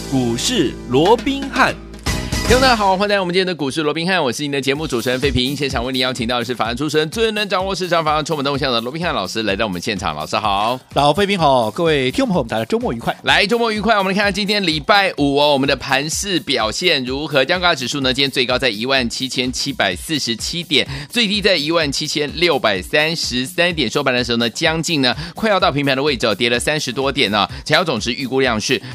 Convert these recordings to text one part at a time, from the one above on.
股市罗宾汉。听众大家好，欢迎来到我们今天的股市罗宾汉，我是您的节目主持人费平。现场为您邀请到的是法案出身、最能掌握市场法案充满动向的罗宾汉老师来到我们现场。老师好。 老费平好，各位听众朋友们，大家周末愉快。 来，周末愉快。我们来看看今天礼拜五哦，我们的盘势表现如何？加权指数呢，今天最高在17747点，最低在17633点，收盘的时候呢，将近呢快要到平盘的位置哦，跌了30多点呢。成交总值预估量是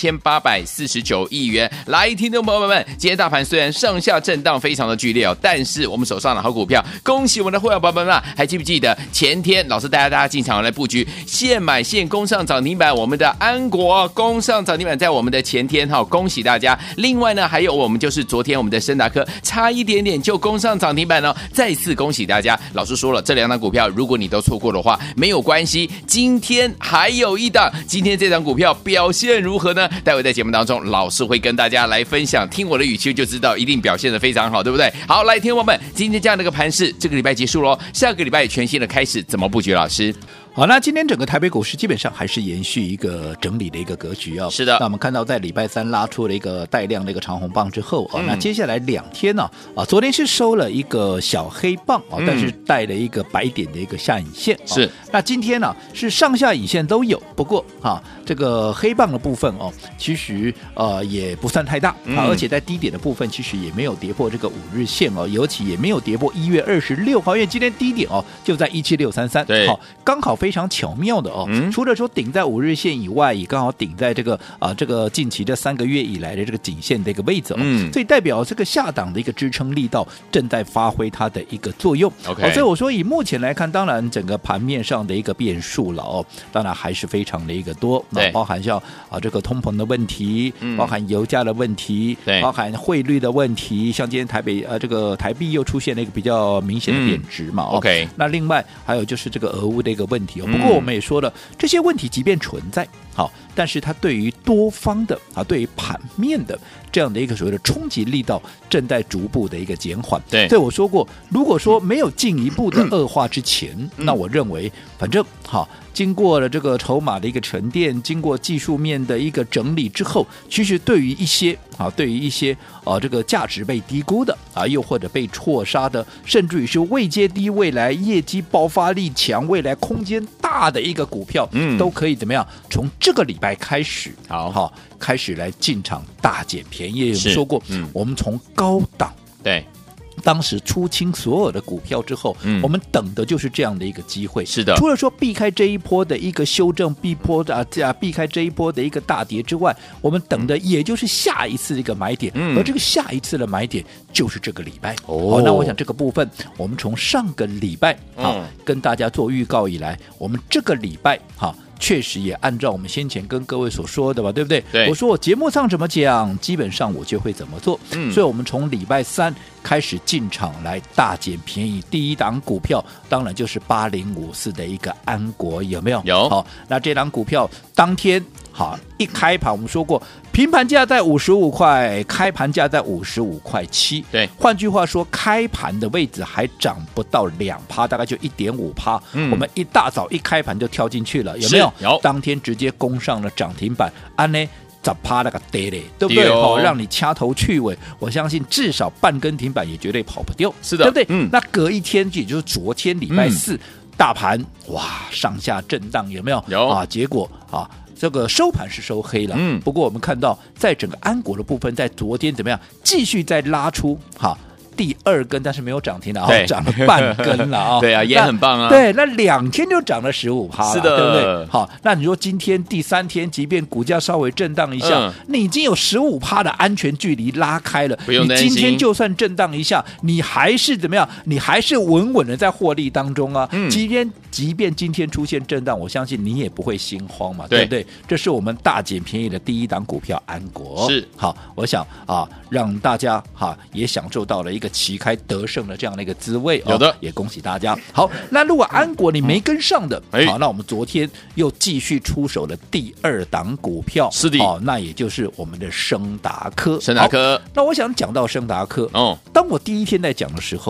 2849亿元。来，听众朋友们，今天大盘虽然上下震荡非常的剧烈哦，但是我们手上的好股票，恭喜我们的会员宝宝们，还记不记得前天老师带大家进场来布局，现买现攻上涨停板，我们的安国攻上涨停板，在我们的前天哈，恭喜大家。另外呢，还有我们就是昨天我们的昇达科差一点点就攻上涨停板哦，再次恭喜大家。老师说了，这两档股票如果你都错过的话，没有关系，今天还有一档，今天这档股票表现如何呢？待会在节目当中，老师会跟大家来分享，听我的语气就知道一定表现得非常好，对不对？好，来，听众朋友们，今天这样的一个盘势，这个礼拜结束咯，下个礼拜全新的开始，怎么布局？老师？ 好，那今天整个台北股市基本上还是延续一个整理的一个格局啊。 是的。 那我们看到在礼拜三拉出了一个带量的一个长红棒之后那接下来2天呢昨天是收了一个小黑棒但是带了一个白点的一个下影线是。 那今天呢是上下影线都有，不过这个黑棒的部分其实也不算太大而且在低点的部分其实也没有跌破这个5日线尤其也没有跌破1月26号，因为今天低点就在17633， 对， 刚好非常巧妙的除了说顶在5日线以外，也刚好顶在这个近期这3个月以来的这个颈线的一个位置所以代表这个下档的一个支撑力道正在发挥它的一个作用。 OK， 所以我说以目前来看，当然整个盘面上的一个变数了当然还是非常的一个多，包含像这个通膨的问题，包含油价的问题，包含汇率的问题，像今天这个台币又出现了一个比较明显的贬值嘛 OK， 那另外还有就是这个俄乌的一个问题不过我们也说了，这些问题即便存在但是它对于多方的对于盘面的这样的一个所谓的冲击力道正在逐步的一个减缓。 对， 所以我说过，如果说没有进一步的恶化之前那我认为反正经过了这个筹码的一个沉淀，经过技术面的一个整理之后，其实对于一些这个价值被低估的又或者被错杀的，甚至于是位阶低、未来业绩爆发力强、未来空间大的一个股票都可以怎么样？从这个礼拜开始开始来进场大捡便宜。我们说过我们从高档对当时出清所有的股票之后我们等的就是这样的一个机会。 是的， 除了说避开这一波的一个修正，避开这一波的一个大跌之外，我们等的也就是下一次的一个买点而这个下一次的买点就是这个礼拜那我想这个部分我们从上个礼拜跟大家做预告以来，我们这个礼拜确实也按照我们先前跟各位所说的吧，对不对？ 对， 我说我节目上怎么讲，基本上我就会怎么做所以我们从礼拜三开始进场来大捡便宜。第一档股票当然就是8054的一个安国，有没有？ 有。 那这档股票当天一开盘我们说过平盘价在55块，开盘价在55块7。 对， 换句话说，开盘的位置还涨不到2%，大概就1.5%我们一大早一开盘就跳进去了，有没有？ 有。 当天直接攻上了涨停板，安呢10%那个跌嘞，对不对？让你掐头去尾，我相信至少半根停板也绝对跑不掉， 是的， 对不对？那隔一天，也就是昨天礼拜四，大盘上下震荡，有没有？ 有结果这个收盘是收黑了不过我们看到在整个安国的部分在昨天怎么样继续再拉出第2根，但是没有涨停了涨了半根了对啊，也很棒啊。 对，那2天就涨了15%了， 是的， 对不对？好，那你说今天第3天，即便股价稍微震荡一下你已经有15%的安全距离拉开了， 不用担心。 你今天就算震荡一下，你还是怎么样？你还是稳稳的在获利当中啊。即便今天出现震荡，我相信你也不会心慌嘛， 对不对？这是我们大捡便宜的第一档股票安国。 是， 好，我想让大家也享受到了一个旗开得胜的这样的一个滋味。 有的， 也恭喜大家。好，那如果安国你没跟上的好，那我们昨天又继续出手了第2档股票。 是的， 那也就是我们的昇達科。 昇達科， 那我想讲到昇達科当我第一天在讲的时候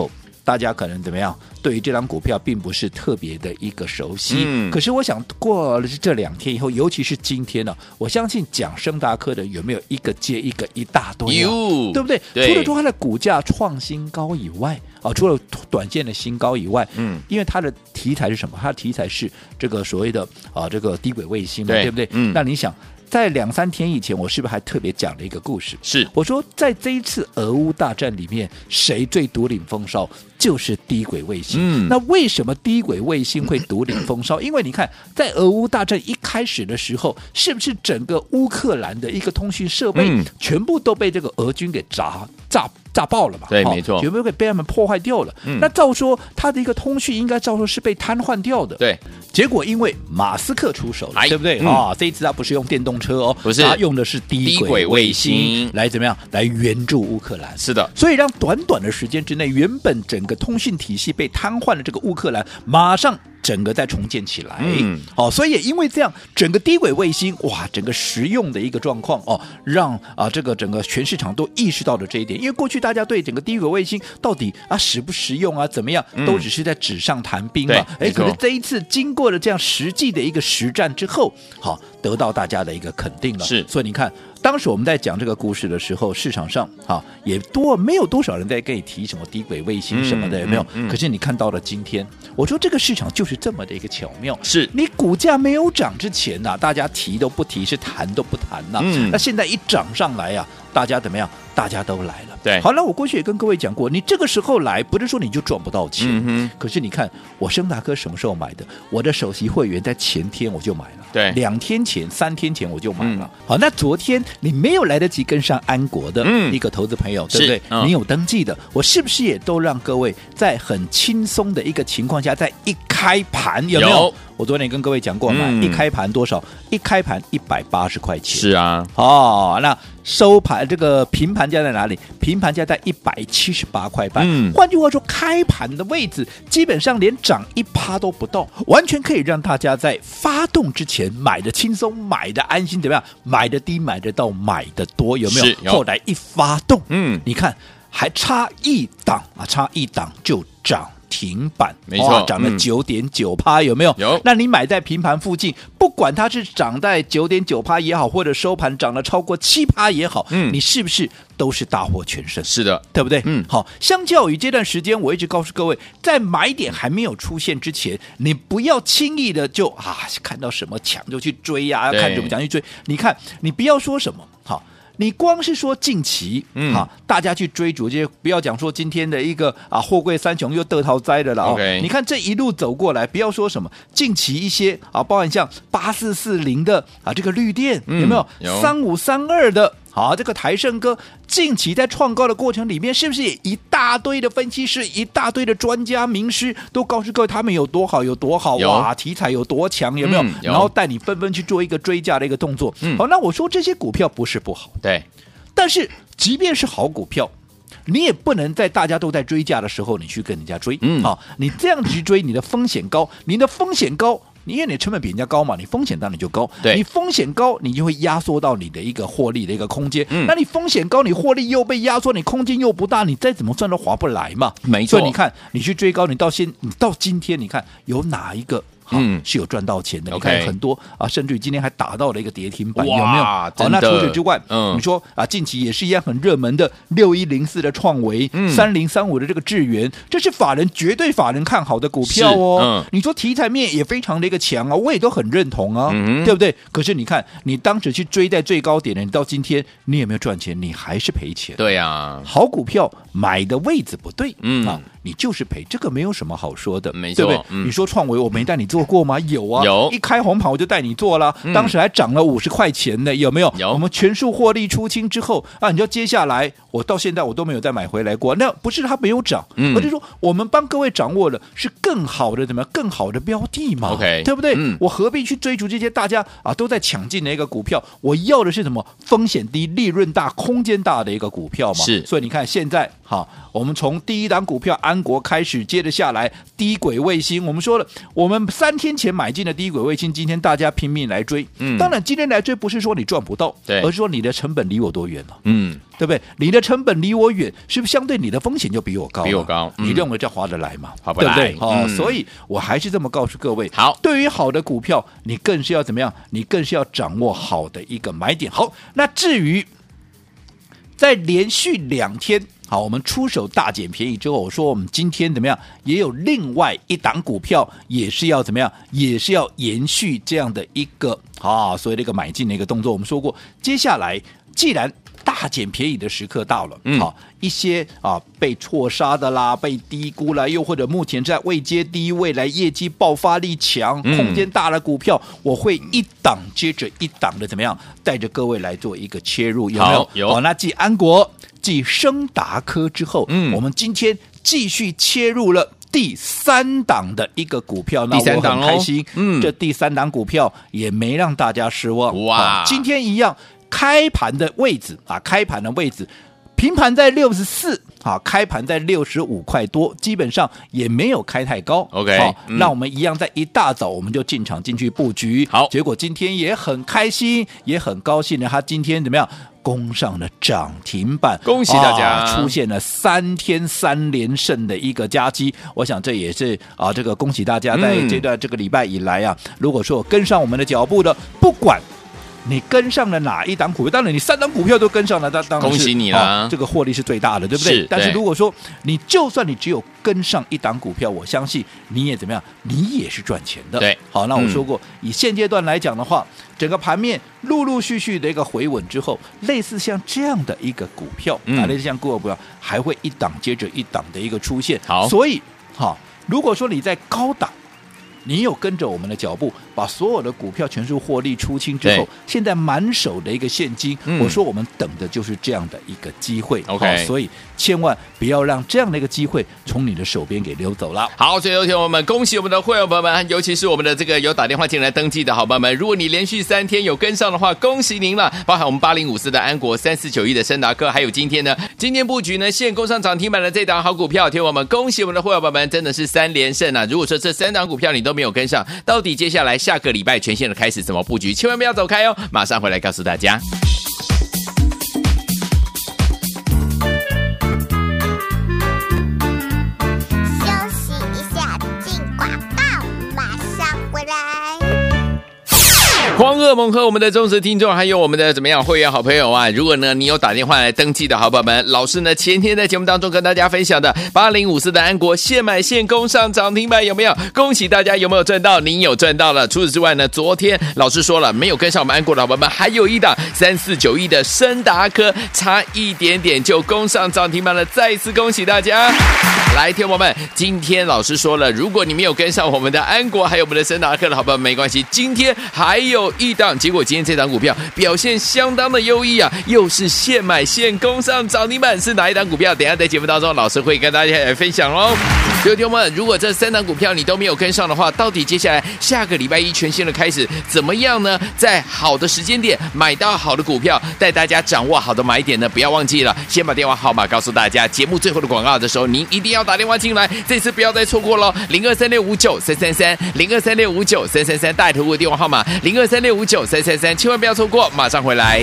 大家可能怎么样？对于这张股票并不是特别的一个熟悉，可是我想过了这2天以后，尤其是今天呢，我相信讲升达科的有没有一个接一个一大堆、对不对？ 对， 除了说它的股价创新高以外，除了短线的新高以外，因为它的题材是什么？它的题材是这个所谓的这个低轨卫星嘛，对不对？那你想。在2-3天以前，我是不是还特别讲了一个故事？ 是， 我说在这一次俄乌大战里面，谁最独领风骚？就是低轨卫星。那为什么低轨卫星会独领风骚？因为你看，在俄乌大战一开始的时候，是不是整个乌克兰的一个通讯设备全部都被这个俄军给炸爆了嘛？ 对，没错， 全部被他们破坏掉了。那照说他的一个通讯应该照说是被瘫痪掉的。 对， 结果因为马斯克出手了，对不对？这一次他不是用电动车哦， 不是， 他用的是低轨卫星来怎么样来援助乌克兰？ 是的， 所以让短短的时间之内，原本整个通讯体系被瘫痪的这个乌克兰，马上整个再重建起来。所以也因为这样，整个低轨卫星整个实用的一个状况让这个整个全市场都意识到了这一点。因为过去大家对整个低轨卫星到底实不实用怎么样，都只是在纸上谈兵嘛。可是这一次经过了这样实际的一个实战之后，得到大家的一个肯定了。 是， 所以你看。当时我们在讲这个故事的时候，市场上也没有多少人在跟你提什么低轨卫星什么的，有没有？可是你看到了今天，我说这个市场就是这么的一个巧妙。 是你股价没有涨之前大家提都不提，是谈都不谈那现在一涨上来大家怎么样？大家都来了。 对， 好了，我过去也跟各位讲过，你这个时候来，不是说你就赚不到钱。可是你看，我升达科什么时候买的？我的首席会员在前天我就买了。 对 ，2天前、3天前我就买了。好，那昨天你没有来得及跟上安国的一个投资朋友，对不对？你有登记的，我是不是也都让各位在很轻松的一个情况下，在一开盘有没有？我昨天跟各位讲过嘛，一开盘多少？一开盘180块钱。 是啊， 那收盘这个平盘价在哪里？平盘价在178块半。换句话说，开盘的位置基本上连涨1%都不到，完全可以让大家在发动之前买的轻松，买的安心，怎么样？买的低，买得到，买的多，有没有？后来一发动，你看还差一档差一档就涨停板， 没错， 涨了9.9%，有没有？ 有。 那你买在平盘附近，不管它是涨在9.9%也好，或者收盘涨了超过7%也好，你是不是都是大获全胜？ 是的， 对不对？好，相较于这段时间，我一直告诉各位，在买点还没有出现之前，你不要轻易的就看到什么强就去追要看什么强去追。你看，你不要说什么好。你光是说近期大家去追逐，就不要讲说今天的一个货柜三雄又得逃灾了啦。你看这一路走过来，不要说什么近期一些包含像8440的这个绿电有没有？3532的这个台盛哥近期在创高的过程里面，是不是也一大堆的分析师、一大堆的专家名师都告诉各位他们有多好、有多好题材有多强，有没有？然后带你纷纷去做一个追价的一个动作。好，那我说这些股票不是不好， 对，但是即便是好股票，你也不能在大家都在追价的时候，你去跟人家追。你这样去追，你的风险高，因为你的成本比人家高嘛，你风险当然就高。你风险高，你就会压缩到你的一个获利的一个空间。那你风险高，你获利又被压缩，你空间又不大，你再怎么赚都划不来嘛。 没错。 所以你看，你去追高，你到今天，你看有哪一个？是有赚到钱的。你看很多甚至于今天还打到了一个跌停板，有没有？好，那除此之外，你说近期也是一样很热门的6104的创维，3035的这个智原，这是绝对法人看好的股票哦。你说题材面也非常的一个强我也都很认同对不对？可是你看，你当时去追在最高点的，你到今天你有没有赚钱？你还是赔钱。 对呀， 好股票买的位置不对，你就是赔，这个没有什么好说的， 没错， 对不对？你说创维我没带你做过吗？有啊， 有， 一开红盘我就带你做了，当时还涨了50块钱呢，有没有？ 有。 我们全数获利出清之后你就接下来我到现在我都没有再买回来过，那不是它没有涨，而是说我们帮各位掌握了是更好的更好的标的嘛， OK， 对不对？我何必去追逐这些大家都在抢进的一个股票？我要的是什么？风险低、利润大、空间大的一个股票嘛。 是， 所以你看现在我们从第一档股票安安国开始，接着下来低轨卫星，我们说了，我们3天前买进的低轨卫星，今天大家拼命来追。当然今天来追不是说你赚不到， 对， 而是说你的成本离我多远了。对不对？你的成本离我远，是不是相对你的风险就比我高？ 比我高， 你认为这划得来吗？ 划不来， 对不对？所以我还是这么告诉各位。 好， 对于好的股票，你更是要怎么样？你更是要掌握好的一个买点。好，那至于在连续2天。好，我们出手大捡便宜之后，我说我们今天怎么样？也有另外一档股票，也是要怎么样？也是要延续这样的一个所谓的一个买进的一个动作。我们说过，接下来既然大捡便宜的时刻到了，一些被错杀的啦，被低估啦，又或者目前在位阶低、未来业绩爆发力强、空间大的股票，我会一档接着一档的怎么样，带着各位来做一个切入，有没有？ 有。 那继安国、继昇達科之後，我們今天繼續切入了第3檔的一個股票，那我很開心，這第3檔股票也沒讓大家失望。哇，今天一樣，開盤的位置平盤在64，開盤在65塊多，基本上也沒有開太高。 OK， 那我們一樣在一大早我們就進場進去布局。 好， 結果今天也很開心，也很高興呢。他今天怎麼樣？攻上了漲停板， 恭喜大家！ 出現了3天3連勝的一個佳績，我想這也是這個恭喜大家在這段這個禮拜以來如果說跟上我們的腳步的，不管你跟上了哪一檔股票，當然你3檔股票都跟上了，當然是恭喜你啦， 這個獲利是最大的，對不對？但是如果說你就算你只有跟上一檔股票，我相信你也怎麼樣，你也是賺錢的。 對， 好，那我說過，以現階段來講的話，整個盤面陸陸續續的一個回穩之後，類似像這樣的一個股票，類似像股票還會一檔接着一檔的一個出現。 好， 所以如果說你在高檔，你有跟着我們的腳步，把所有的股票全數獲利出清之後，現在滿手的一個現金，我說我們等的就是這樣的一個機會。 OK， 所以千萬不要讓這樣的一個機會從你的手邊給溜走了。 好，最後天我們恭喜我們的會員朋友們，尤其是我們的這個有打電話進來登記的好朋友們，如果你連續3天有跟上的話，恭喜您了。包含我們8054的安國、3491的昇達科，還有今天布局呢現攻上漲停板的這檔好股票，天我們恭喜我們的會員朋友們，真的是3連勝啊！如果說這3檔股票你都沒有跟上，到底接下來下個禮拜全線的開始怎麼布局？千萬不要走開哦，馬上回來告訴大家。狂惡猛和我們的忠實聽眾，還有我們的怎麼樣會員好朋友啊！如果呢你有打電話來登記的好朋友們，老師呢前天在節目當中跟大家分享的8054的安國現買現攻上漲停板有沒有？恭喜大家有沒有賺到？您有賺到了。除此之外呢，昨天老師說了，沒有跟上我們安國的好朋友們，還有一檔3491的昇達科，差一點點就攻上漲停板了，再次恭喜大家！來，聽我們，今天老師說了，如果你沒有跟上我們的安國還有我們的昇達科的好朋友們，沒關係，今天還有一檔，結果今天這檔股票表現相當的優異啊，又是現買現攻上漲停板，是哪一檔股票？等一下在節目當中，老師會跟大家來分享哦。所以聽我們，如果這3檔股票你都沒有跟上的話，到底接下來下個禮拜一全新的開始怎麼樣呢？在好的時間點買到好的股票，帶大家掌握好的買點呢？不要忘記了，先把電話號碼告訴大家。節目最後的廣告的時候，您一定要打電話進來，這次不要再錯過了。0236593330，0236593333，大頭的電話號碼0236593333，千萬不要錯過，馬上回來。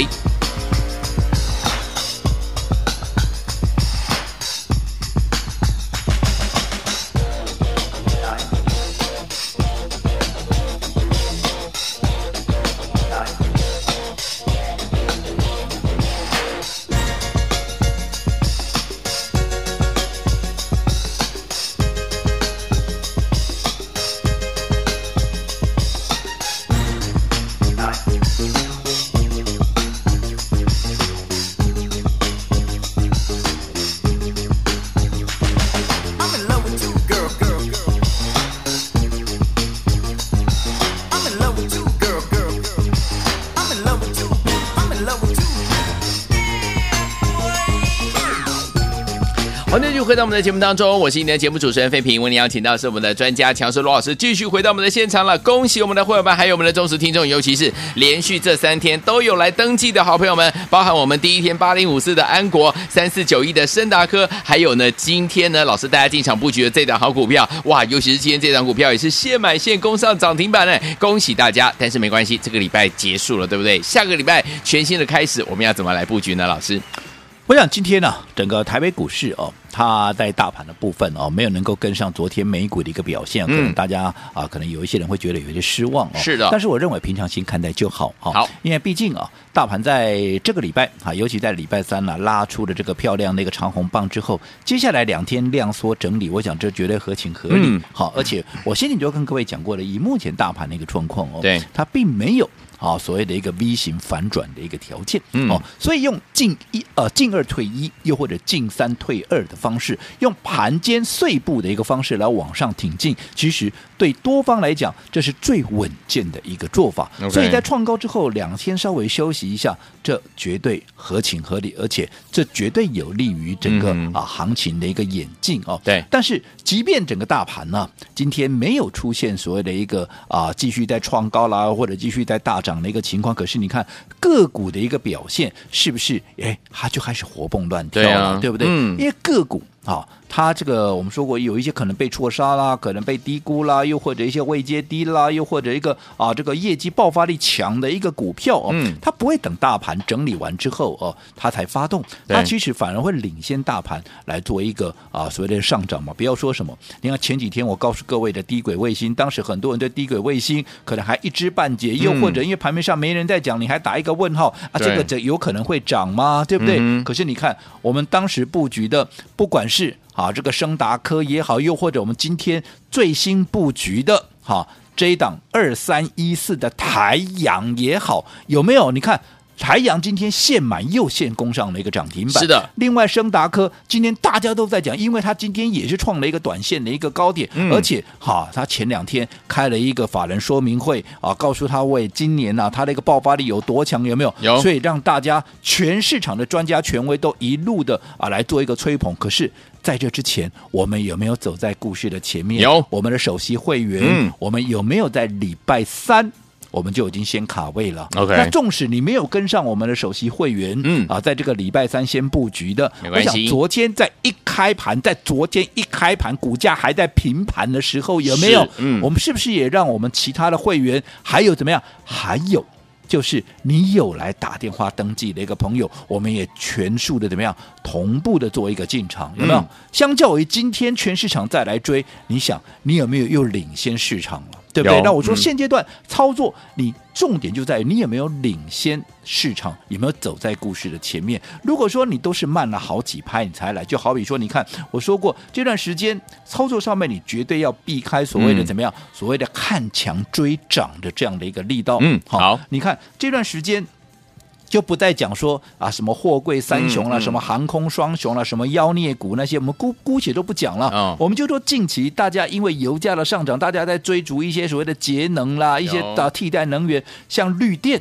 欢迎继续回到我们的节目当中，我是你的节目主持人费平，为您邀请到是我们的专家强势罗老师，继续回到我们的现场了。恭喜我们的会员们，还有我们的忠实听众，尤其是连续这3天都有来登记的好朋友们，包含我们第一天8054的安国，3491的昇達科，还有呢今天呢老师带大家进场布局的这档好股票，哇，尤其是今天这档股票也是现买现攻上涨停板呢，恭喜大家！但是没关系，这个礼拜结束了，对不对？下个礼拜全新的开始，我们要怎么来布局呢？老师？ 我想今天呢、整个台北股市它在大盘的部分没有能够跟上昨天美股的一个表现，可能大家可能有一些人会觉得有一些失望是的， 但是我认为平常心看待就好好， 因为毕竟大盘在这个礼拜尤其在礼拜三拉出了这个漂亮的一个长红棒之后，接下来2天量缩整理，我想这绝对合情合理。好，而且我先前就跟各位讲过了，以目前大盘的一个状况对， 它并没有所谓的一个 V 型反转的一个条件，所以用进2退1，又或者进3退2的方式，用盘间碎步的一个方式来往上挺进，其实对多方来讲，这是最稳健的一个做法。所以在创高之后2天稍微休息一下，这绝对合情合理，而且这绝对有利于整个行情的一个演进对， 但是即便整个大盘呢，今天没有出现所谓的一个继续在创高啦，或者继续在大涨的一个情况，可是你看个股的一个表现是不是它就开始活蹦乱跳了，对不对？因为个股它这个我们说过，有一些可能被错杀啦，可能被低估啦，又或者一些位阶低啦，又或者一个这个业绩爆发力强的一个股票它不会等大盘整理完之后它才发动，它其实反而会领先大盘来做一个所谓的上涨嘛。不要说什么，你看前几天我告诉各位的低轨卫星，当时很多人对低轨卫星可能还一知半解，又或者因为盘面上没人在讲，你还打一个问号这个有可能会涨吗？对不对？可是你看我们当时布局的，不管是这个昇達科也好，又或者我们今天最新布局的这一档2314的台阳也好，有没有？你看台阳今天现买又现攻上了一个涨停板， 是的。 另外昇達科今天大家都在讲，因为它今天也是创了一个短线的一个高点，而且它前2天开了一个法人说明会告诉他为今年它的一个爆发力有多强，有没有？ 有。 所以让大家全市场的专家权威都一路的来做一个吹捧。可是在这之前，我们有没有走在故事的前面？ 有。 我们的首席会员，我们有没有在礼拜3我们就已经先卡位了。 OK， 那纵使你没有跟上我们的首席会员，在这个礼拜3先布局的， 没关系。 我想昨天在昨天一开盘，股价还在平盘的时候，有没有？我们是不是也让我们其他的会员，还有怎么样？还有就是你有来打电话登记的一个朋友，我们也全数的怎么样同步的做一个进场，有没有？相较于今天全市场再来追，你想你有没有又领先市场了？对不对？那我说现阶段操作，你重点就在于你有没有领先市场，有没有走在故事的前面。如果说你都是慢了好几拍你才来，就好比说，你看我说过这段时间操作上面，你绝对要避开所谓的怎么样，所谓的看强追涨的这样的一个力道。 好， 你看这段时间。就不再讲说什么货柜三雄了，什么航空双雄了，什么妖孽股那些，我们姑且都不讲了。我们就说近期大家因为油价的上涨，大家在追逐一些所谓的节能啦，一些替代能源，像绿电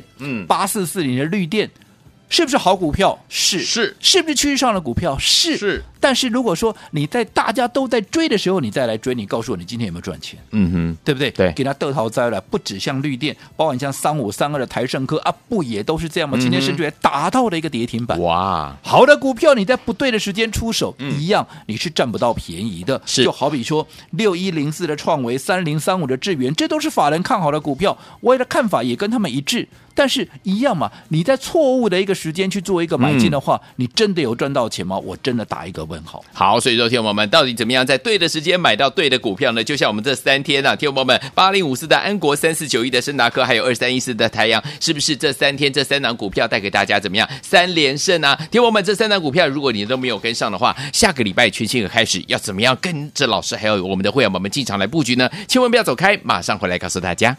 ，8440的绿电。是不是好股票？是不是趋势上的股票？是。但是如果说你在大家都在追的时候，你再来追，你告诉我你今天有没有赚钱？对不对？ 对， 给他得逃灾了。不止像绿电，包含像3532的台胜科不也都是这样吗？今天甚至还打到了一个跌停板。 哇， 好的股票你在不对的时间出手，一样你是占不到便宜的。就好比说6104的创维，3035的智原，这都是法人看好的股票，我的看法也跟他们一致。但是一样嘛，你在错误的一个时间去做一个买进的话，你真的有赚到钱吗？我真的打一个问号。 好，所以说听众朋友们到底怎么样在对的时间买到对的股票呢？就像我们这3天听众朋友们8054的安国，3491的昇達科，还有2314的台阳，是不是这3天这3檔股票带给大家怎么样3连胜啊？听众朋友们，这3檔股票如果你都没有跟上的话，下个礼拜全新的开始要怎么样跟着老师还有我们的会员们进场来布局呢？千万不要走开，马上回来告诉大家。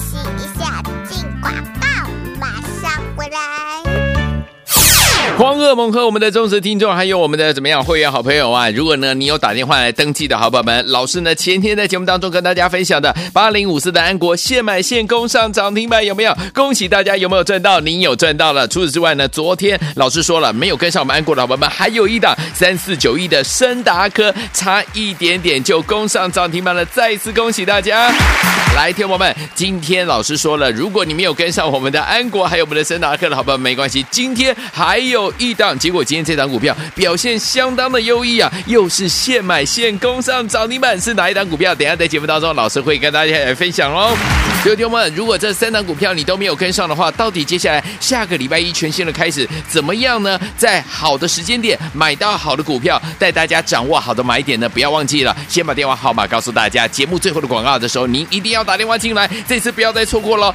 狂乐盟和我们的忠实听众，还有我们的怎么样会员好朋友啊，如果呢你有打电话来登记的好朋友们，老师呢前天在节目当中跟大家分享的8054的安国现买现攻上涨停板有没有？恭喜大家有没有赚到？您有赚到了。除此之外呢，昨天老师说了，没有跟上我们安国的好朋友们，还有一档3491的昇達科，差一点点就攻上涨停板了，再一次恭喜大家。来，听众朋友们，今天老师说了，如果你没有跟上我们的安国还有我们的昇達科的好朋友们，没关系，今天还有一档，结果今天这档股票表现相当的优异啊，又是现买现攻上涨停板，是哪一档股票？等一下在节目当中，老师会跟大家来分享哦。所以听众们，如果这3档股票你都没有跟上的话，到底接下来下个礼拜一全新的开始怎么样呢？在好的时间点买到好的股票，带大家掌握好的买点呢？不要忘记了，先把电话号码告诉大家。节目最后的广告的时候，您一定要打电话进来，这次不要再错过了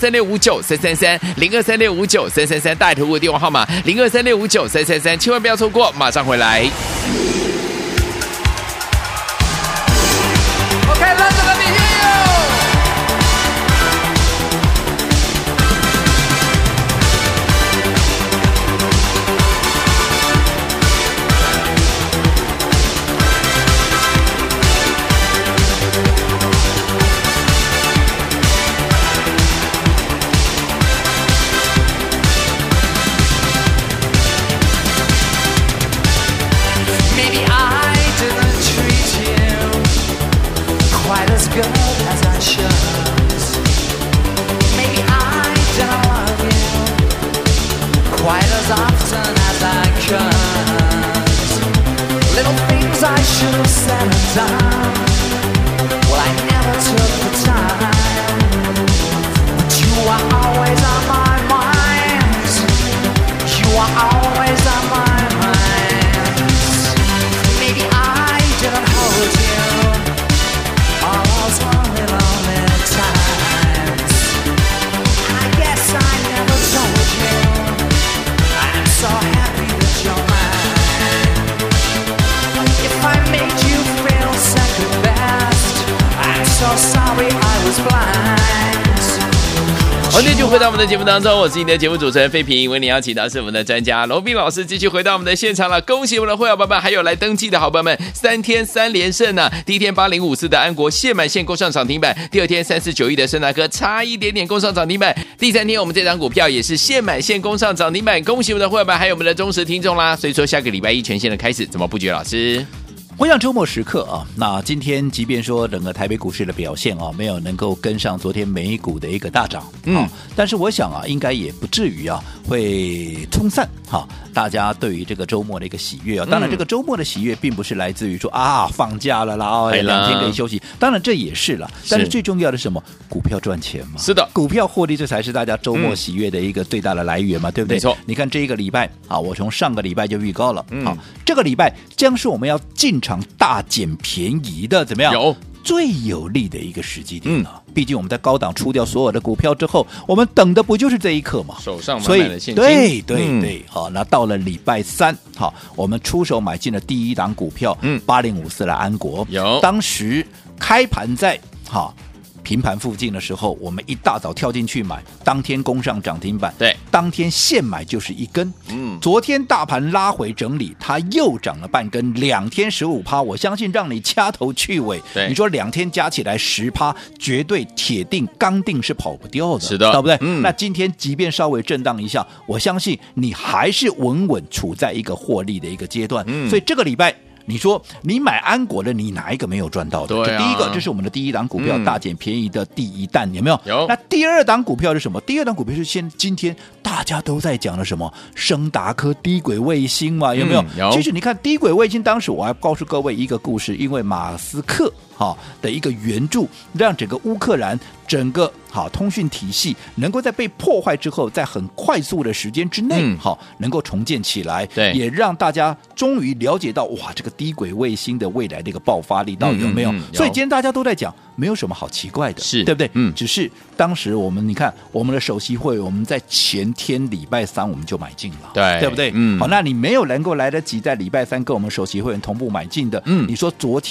，0236593333，0236593333，大头的电话号码0236593333，千万不要错过，马上回来。OK， 来这个你。欢迎继续回到我们的节目当中，我是你的节目主持人费平，为你邀请到是我们的专家罗宾老师，继续回到我们的现场了。恭喜我们的会员伙伴们，还有来登记的好朋友们，3天3连胜啊！第一天8054的安国现买现攻上涨停板，第二天3491的昇達科差一点点攻上涨停板，第3天我们这档股票也是现买现攻上涨停板，恭喜我们的会员们，还有我们的忠实听众啦。所以说下个礼拜一全线的开始，怎么布局？老师？ 回想周末时刻啊，那今天即便说整个台北股市的表现啊，没有能够跟上昨天美股的一个大涨，但是我想啊，应该也不至于啊会冲散哈大家对于这个周末的一个喜悦啊。当然，这个周末的喜悦并不是来自于说啊放假了啦，2天可以休息，当然这也是了。但是最重要的是什么？股票赚钱嘛， 是的， 股票获利，这才是大家周末喜悦的一个最大的来源嘛，对不对？ 没错。 你看这一个礼拜啊，我从上个礼拜就预告了，这个礼拜将是我们要进场大捡便宜的，怎么样？ 有最有利的一个时机点了。毕竟我们在高档出掉所有的股票之后，我们等的不就是这一刻嘛？ 手上满满的现金。 对，好，那到了礼拜三，好，我们出手买进了第一档股票，8054的安国。 有， 当时开盘在平盘附近的时候，我们一大早跳进去买，当天攻上涨停板， 对， 当天现买就是一根。昨天大盘拉回整理，它又涨了半根，2天15%，我相信让你掐头去尾。你说2天加起来10%，绝对铁定刚定是跑不掉的， 是的， 对不对？那今天即便稍微震荡一下，我相信你还是稳稳处在一个获利的一个阶段。所以这个礼拜，你说你买安国的，你哪一个没有赚到的？ 对啊， 第一个，这是我们的第一档股票，大捡便宜的第一弹，有没有？ 有。 那第二档股票是什么？第二档股票是今天大家都在讲的什么？昇達科低軌衛星嘛，有没有？ 有。 其实你看低軌衛星，当时我还告诉各位一个故事，因为马斯克的一个援助，让整个乌克兰整个通讯体系能够在被破坏之后，在很快速的时间之内，能够重建起来。 对， 也让大家终于了解到，哇，这个低轨卫星的未来的一个爆发力到底有没有？所以今天大家都在讲，没有什么好奇怪的， 是对不对？只是当时你看我们的首席会，我们在前天礼拜三我们就买进了，对不对？好，那你没有能够来得及在礼拜三跟我们首席会员同步买进的，你说昨天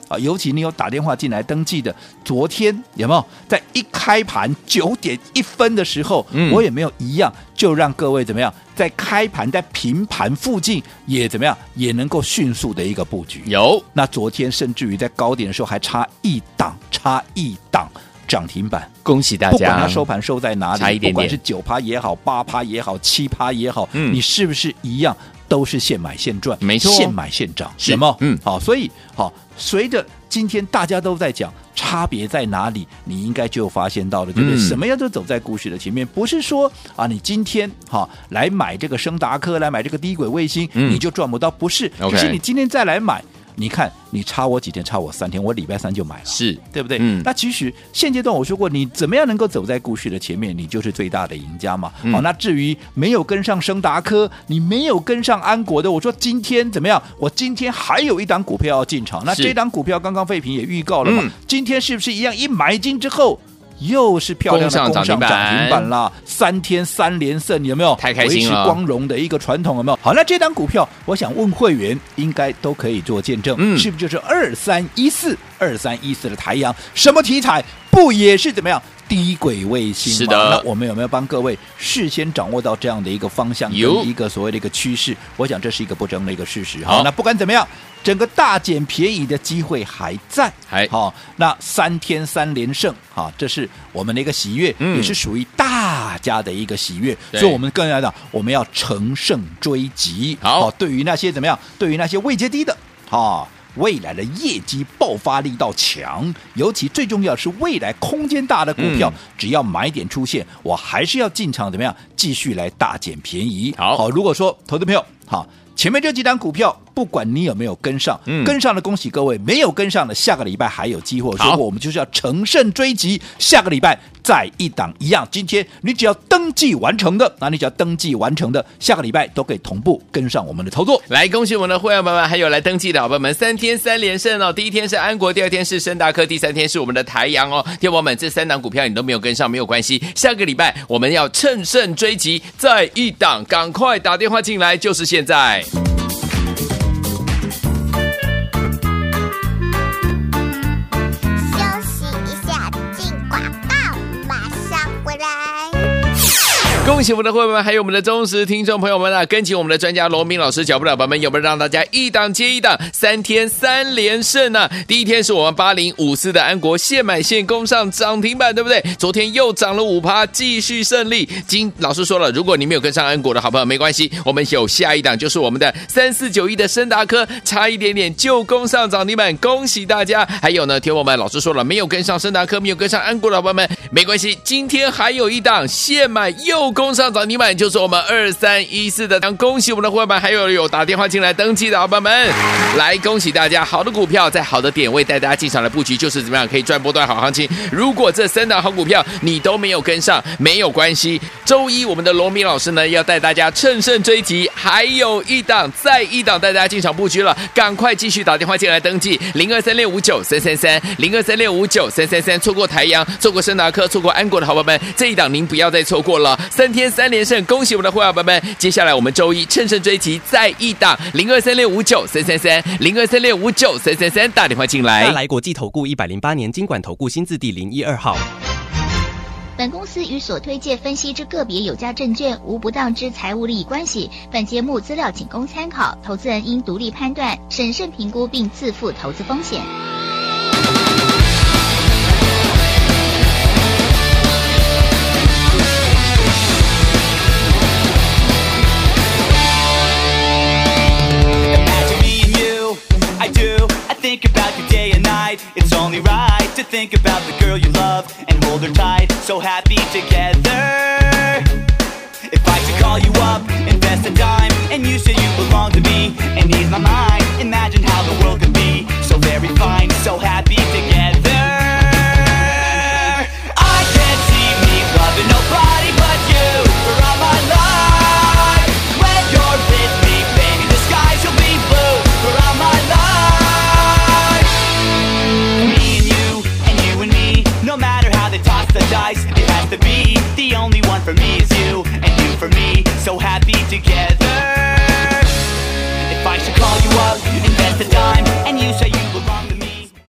啊，尤其你有打电话进来登记的，昨天有没有在一开盘9点1分的时候，我也没有一样就让各位怎么样，在开盘在平盘附近也怎么样，也能够迅速的一个布局。 有， 那昨天甚至于在高点的时候还差一档涨停板， 恭喜大家！ 不管它收盘收在哪里， 差一点点， 不管是9%也好，8%也好，7%也好，你是不是一样都是现买现赚？ 没错， 现买现涨，有没有？好，所以好，随着今天大家都在讲差别在哪里，你应该就发现到了，对不对？什么样都走在股市的前面，不是说啊，你今天来买这个升达科，来买这个低轨卫星，你就赚不到，不是，就是你今天再来买。你看，你差我几天，差我3天，我礼拜3就买了， 是对不对？那其实现阶段我说过，你怎么样能够走在股市的前面，你就是最大的赢家嘛。好，那至于没有跟上升达科，你没有跟上安国的，我说今天怎么样？我今天还有一档股票要进场，那这档股票刚刚废品也预告了嘛，今天是不是一样？一买进之后。又是漂亮的攻上涨停板啦，3天3连胜，有没有？ 太开心了， 维持光荣的一个传统，有没有？好，那这档股票，我想问会员应该都可以做见证，是不是就是2314的台阳？什么题材？不也是怎么样？低轨卫星吗？ 是的。 那我们有没有帮各位事先掌握到这样的一个方向跟一个所谓的一个趋势？我想这是一个不争的一个事实。好，那不管怎么样，整个大捡便宜的机会还在。好，那3天3连胜，好，这是我们的一个喜悦，也是属于大家的一个喜悦。所以我们更要讲，我们要乘胜追击。好，对于那些怎么样？对于那些位阶低的，未来的业绩爆发力道强，尤其最重要是未来空间大的股票，只要买点出现，我还是要进场怎么样继续来大捡便宜。好，如果说投资朋友前面这几档股票，不管你有没有跟上，跟上的恭喜各位，没有跟上的下个礼拜还有机会。说过我们就是要乘胜追击，下个礼拜再一档一样。今天你只要登记完成的，下个礼拜都可以同步跟上我们的操作。 来，恭喜我们的会员朋友们，还有来登记的好朋友们，3天3连胜哦。第一天是安国，第二天是升达科，第3天是我们的台阳哦。听友们，这3档股票你都没有跟上，没有关系，下个礼拜我们要乘胜追击，再一档，赶快打电话进来，就是现在。恭喜我们的会员们，还有我们的忠实听众朋友们啊！跟紧我们的专家罗明老师脚步的宝宝们，有没有让大家一档接一档，3天3连胜啊？第一天是我们8054的安国现买现攻上涨停板，对不对？昨天又涨了5%，继续胜利。老师说了，如果你没有跟上安国的好朋友，没关系，我们有下一档，就是我们的3491的升达科，差一点点就攻上涨停板，恭喜大家！还有呢，听我们老师说了，没有跟上升达科，没有跟上安国的好朋友们，没关系，今天还有一档现买又攻上涨停板，就是我们2314的。恭喜我们的伙伴，还有打电话进来登记的伙伴们，来恭喜大家！好的股票在好的点位带大家进场来布局，就是怎么样可以赚波段好行情。如果这3档好股票你都没有跟上，没有关系，周一我们的罗明老师呢要带大家乘胜追击，还有一档再一档带大家进场布局了，赶快继续打电话进来登记0236593330，0236593333，错过台阳，错过升达科，错过安国的好伙伴们，这一档您不要再错过了。3天3连胜，恭喜我们的会员朋友们！接下来我们周一乘胜追击，再一档0236593330，0236593333，打电话进来。 大来国际投顾108年金管投顾新字第012号。 本公司与所推介分析之个别有价证券无不当之财务利益关系。本节目资料仅供参考，投资人应独立判断、审慎评估并自负投资风险。 Think about you day and night. It's only right to think about the girl you love and hold her tight. So happy together. If I could call you up, invest a dime, and you said you belong to me and ease my mind. Imagine how the world could be